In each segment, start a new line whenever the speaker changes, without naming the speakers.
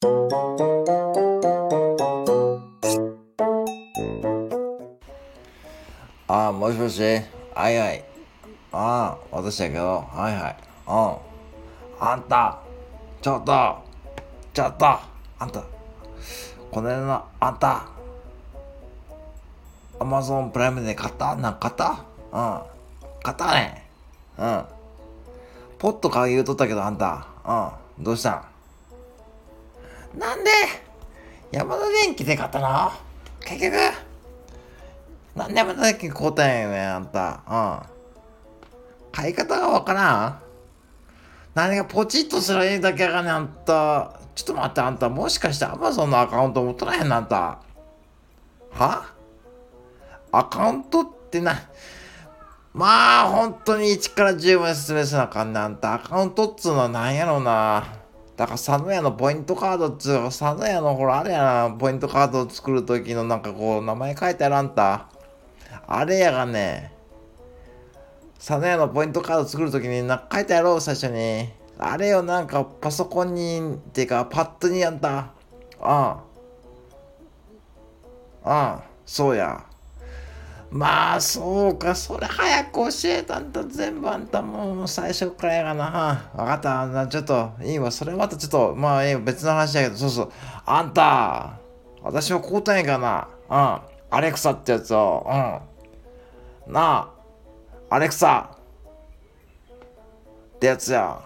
もしもし。はいはい。私だけど、はいはい。あんた、ちょっと、あんた、この間のあんた、アマゾンプライムで買った買ったね。うん。ポット買う言うとったけど、あんた、どうしたんなんで、ヤマダ電機で買ったの結局、なんでヤマダ電機買うたんやねん、あんた。買い方がわからん何がポチッとすらいいだけやがねあんた。ちょっと待って、あんたもしかしてアマゾンのアカウント持っとらへんのあんた。はアカウントってな。まあ本当に1から10まで説明せなあかんねあんた。アカウントっつうのはなんやろうな。だからサノヤのポイントカードっつうか、サノヤのほらあれやな、ポイントカードを作るときのなんかこう名前書いてあるあんた。あれやがね、サノヤのポイントカード作るときになんか書いてあろう最初に。あれをなんかパソコンにっていうかパッドにやんた。そうや。まあそうか、それ早く教えたんだ。全部あんたもう最初からやがな。わかった。ちょっといいわ。それまたちょっとまあいいわ、別の話だけど、そうそう。あんた、私も交代やかな。アレクサってやつを。なあ、アレクサってやつや。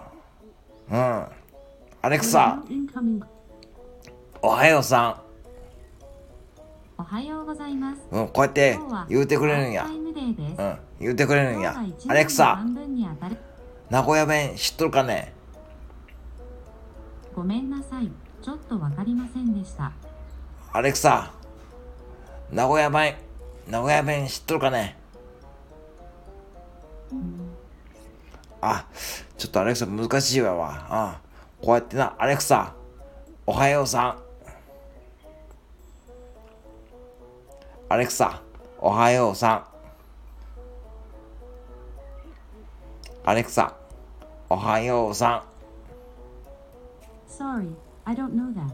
アレクサ、おはようさ
おはようございます。
こうやって言うてくれるんや。言うてくれるんや。アレクサ、名古屋弁知っとるかね。
ごめんなさい。ちょっとわかりませんでした。
アレクサ、名古屋弁知っとるかね。ちょっとアレクサ難しいわ。こうやってな、アレクサ、おはようさん。アレクサ、おはようさん。アレクサ、おはようさん。
Sorry, I don't know that.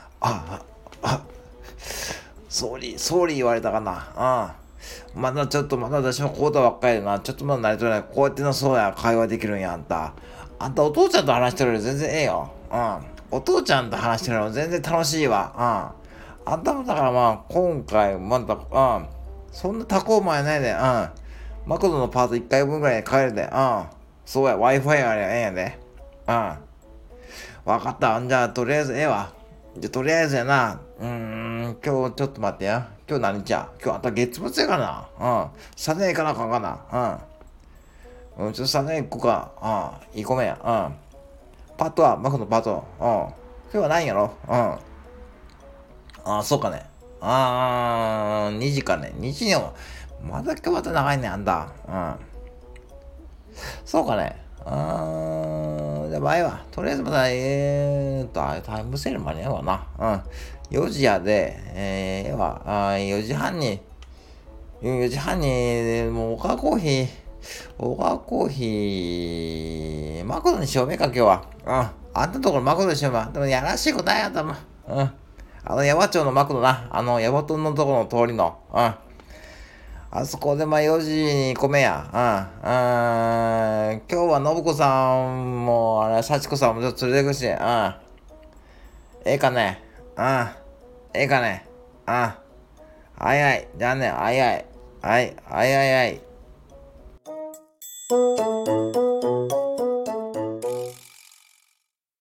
ソーリー言われたかな。まだちょっとまだ私もこうだばっかりでな。ちょっとまだ慣れとれない。こうやってな、そうや、会話できるんや、あんた。あんたお父ちゃんと話してるより全然ええよ。お父ちゃんと話してるの全然楽しいわ。あんたもだからまあ、今回、また、そんな多幸もやないで、マクドのパート1回分ぐらいで帰るで、そうや、Wi-Fi あれええんやで。わかった。じゃあ、とりあえずええわ。じゃあ、とりあえずやな。今日ちょっと待ってや。今日何日や。今日あんた月末やからな。サネ行かなあかんかな。ちょっとサネ行こうか。いい米や。パートは、マクのパート。今日はないんやろ。そうかね。2時かね。2時にも、まだ今日また長いね、あんだ。そうかね。じゃあ、場合は、とりあえずまだ、タイムセール間に合うわな。4時やで、4時半に、4時半に、もう、オカコーヒー、マクドにしようめか、今日は。あんたのところマクドにしようめ。でも、やらしいことないやったもん。矢場町のマクドな。矢場トンのところの通りの。あそこでまあ4時に米や。今日は信子さんも、幸子さんもちょっと連れてくし。ええかね。ええかね。はいはい。じゃあね、はいはい。はい、はいはいはい。